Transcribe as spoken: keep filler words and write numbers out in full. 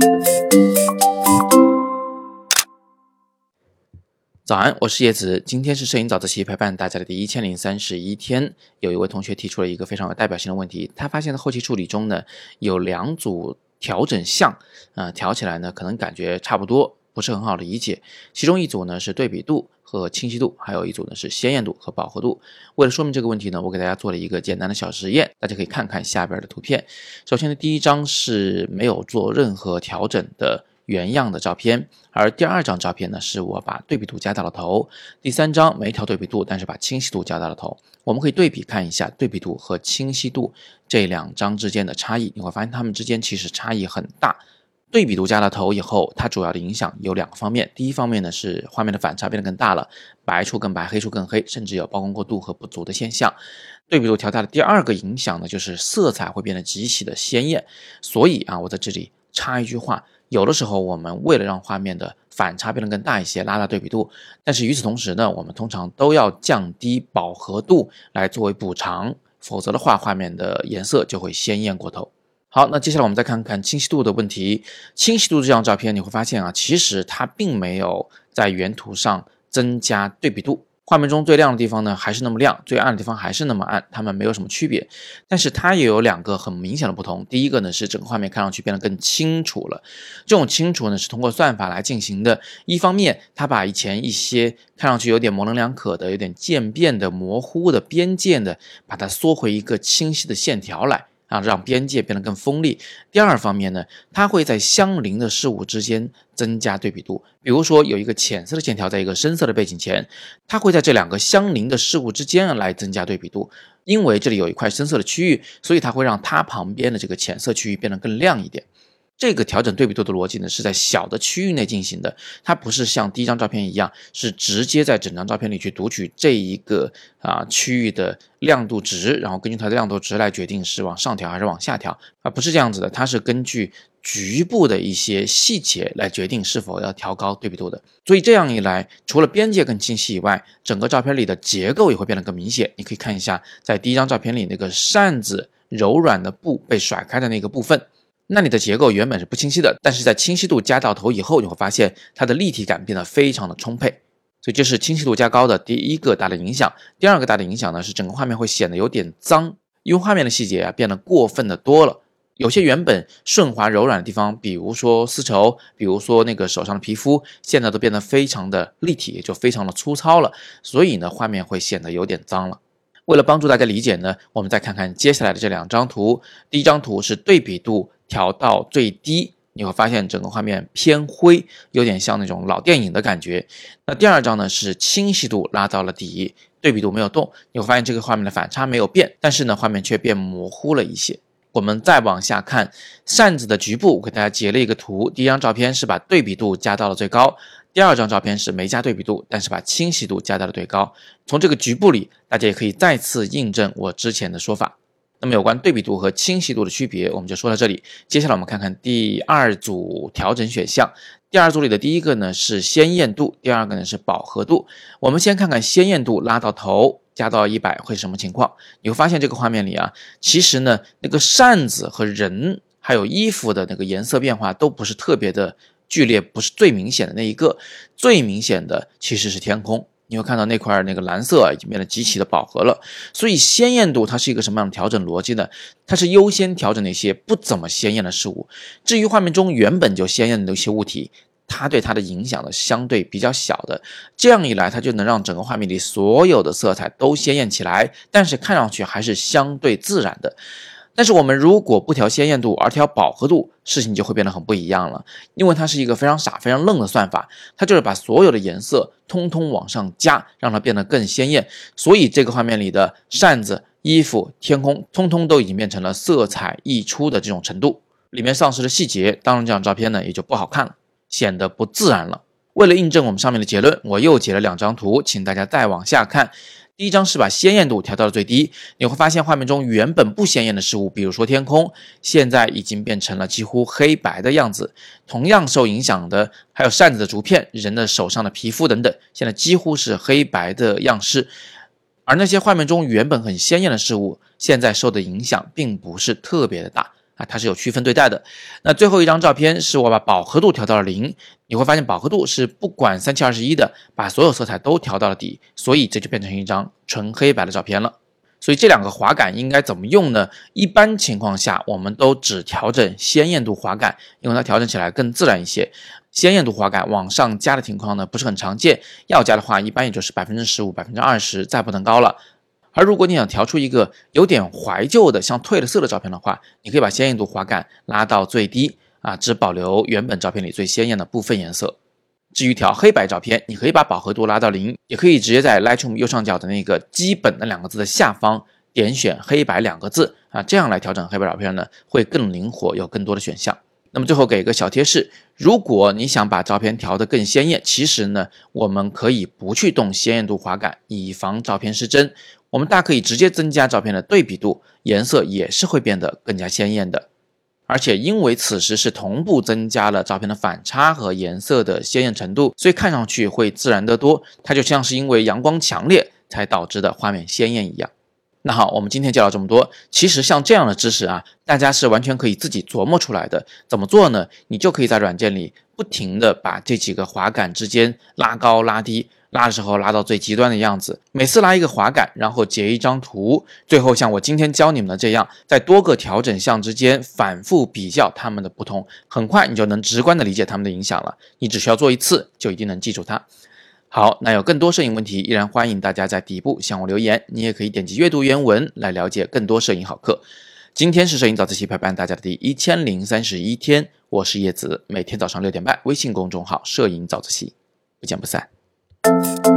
早安，我是叶子，今天是摄影早自习陪伴大家的第一千零三十一天。有一位同学提出了一个非常有代表性的问题，他发现在后期处理中呢，有两组调整项，呃，调起来呢可能感觉差不多，不是很好理解。其中一组呢是对比度和清晰度，还有一组呢是鲜艳度和饱和度。为了说明这个问题呢，我给大家做了一个简单的小实验，大家可以看看下边的图片。首先呢，第一张是没有做任何调整的原样的照片，而第二张照片呢是我把对比度加到了头，第三张没调对比度，但是把清晰度加到了头。我们可以对比看一下对比度和清晰度这两张之间的差异，你会发现它们之间其实差异很大。对比度加了头以后，它主要的影响有两个方面。第一方面呢是画面的反差变得更大了，白处更白，黑处更黑，甚至有曝光过度和不足的现象。对比度调大的第二个影响呢，就是色彩会变得极其的鲜艳。所以啊，我在这里插一句话，有的时候我们为了让画面的反差变得更大一些，拉大对比度，但是与此同时呢，我们通常都要降低饱和度来作为补偿，否则的话画面的颜色就会鲜艳过头。好，那接下来我们再看看清晰度的问题。清晰度这张照片你会发现啊，其实它并没有在原图上增加对比度，画面中最亮的地方呢还是那么亮，最暗的地方还是那么暗，它们没有什么区别。但是它也有两个很明显的不同。第一个呢是整个画面看上去变得更清楚了，这种清楚呢是通过算法来进行的。一方面它把以前一些看上去有点模棱两可的、有点渐变的、模糊的边界的，把它缩回一个清晰的线条来啊，让边界变得更锋利。第二方面呢，它会在相邻的事物之间增加对比度。比如说有一个浅色的线条在一个深色的背景前，它会在这两个相邻的事物之间来增加对比度。因为这里有一块深色的区域，所以它会让它旁边的这个浅色区域变得更亮一点。这个调整对比度的逻辑呢，是在小的区域内进行的，它不是像第一张照片一样，是直接在整张照片里去读取这一个啊区域的亮度值，然后根据它的亮度值来决定是往上调还是往下调，而不是这样子的，它是根据局部的一些细节来决定是否要调高对比度的。所以这样一来，除了边界更清晰以外，整个照片里的结构也会变得更明显。你可以看一下，在第一张照片里那个扇子柔软的布被甩开的那个部分，那里的结构原本是不清晰的，但是在清晰度加到头以后，你会发现它的立体感变得非常的充沛。所以这是清晰度加高的第一个大的影响。第二个大的影响呢，是整个画面会显得有点脏，因为画面的细节啊变得过分的多了。有些原本顺滑柔软的地方，比如说丝绸，比如说那个手上的皮肤，现在都变得非常的立体，就非常的粗糙了，所以呢画面会显得有点脏了。为了帮助大家理解呢，我们再看看接下来的这两张图。第一张图是对比度调到最低，你会发现整个画面偏灰，有点像那种老电影的感觉。那第二张呢是清晰度拉到了底，对比度没有动，你会发现这个画面的反差没有变，但是呢画面却变模糊了一些。我们再往下看扇子的局部，我给大家截了一个图。第一张照片是把对比度加到了最高，第二张照片是没加对比度，但是把清晰度加到了最高。从这个局部里，大家也可以再次印证我之前的说法。那么有关对比度和清晰度的区别，我们就说到这里。接下来我们看看第二组调整选项。第二组里的第一个呢是鲜艳度，第二个呢是饱和度。我们先看看鲜艳度拉到头，加到一百会是什么情况。你会发现这个画面里啊，其实呢那个扇子和人还有衣服的那个颜色变化都不是特别的剧烈，不是最明显的那一个。最明显的其实是天空，你会看到那块那个蓝色已经变得极其的饱和了。所以鲜艳度它是一个什么样的调整逻辑呢？它是优先调整那些不怎么鲜艳的事物，至于画面中原本就鲜艳的那些物体，它对它的影响呢相对比较小的。这样一来，它就能让整个画面里所有的色彩都鲜艳起来，但是看上去还是相对自然的。但是我们如果不调鲜艳度而调饱和度，事情就会变得很不一样了。因为它是一个非常傻非常愣的算法，它就是把所有的颜色通通往上加，让它变得更鲜艳。所以这个画面里的扇子、衣服、天空通通都已经变成了色彩溢出的这种程度，里面丧失的细节，当然这张照片呢也就不好看了，显得不自然了。为了印证我们上面的结论，我又截了两张图，请大家再往下看。第一张是把鲜艳度调到了最低，你会发现画面中原本不鲜艳的事物，比如说天空，现在已经变成了几乎黑白的样子。同样受影响的还有扇子的竹片、人的手上的皮肤等等，现在几乎是黑白的样式。而那些画面中原本很鲜艳的事物，现在受的影响并不是特别的大啊，它是有区分对待的。那最后一张照片是我把饱和度调到了零，你会发现饱和度是不管三七二十一的，把所有色彩都调到了底，所以这就变成一张纯黑白的照片了。所以这两个滑杆应该怎么用呢？一般情况下，我们都只调整鲜艳度滑杆，因为它调整起来更自然一些。鲜艳度滑杆往上加的情况呢，不是很常见，要加的话，一般也就是 百分之十五、百分之二十， 再不能高了。而如果你想调出一个有点怀旧的像褪了色的照片的话，你可以把鲜艳度滑杆拉到最低啊，只保留原本照片里最鲜艳的部分颜色。至于调黑白照片，你可以把饱和度拉到零，也可以直接在 Lightroom 右上角的那个基本的两个字的下方点选黑白两个字啊，这样来调整黑白照片呢，会更灵活，有更多的选项。那么最后给一个小贴士，如果你想把照片调得更鲜艳，其实呢，我们可以不去动鲜艳度滑杆，以防照片失真。我们大可以直接增加照片的对比度，颜色也是会变得更加鲜艳的。而且因为此时是同步增加了照片的反差和颜色的鲜艳程度，所以看上去会自然得多，它就像是因为阳光强烈才导致的画面鲜艳一样。那好，我们今天教了这么多，其实像这样的知识啊，大家是完全可以自己琢磨出来的。怎么做呢？你就可以在软件里不停的把这几个滑杆之间拉高拉低，拉的时候拉到最极端的样子，每次拉一个滑杆，然后截一张图，最后像我今天教你们的这样，在多个调整项之间反复比较它们的不同，很快你就能直观的理解它们的影响了。你只需要做一次，就一定能记住它。好，那有更多摄影问题，依然欢迎大家在底部向我留言，你也可以点击阅读原文来了解更多摄影好课。今天是摄影早自习陪伴大家的第一千零三十一天，我是叶子，每天早上六点半，微信公众号摄影早自习，不见不散。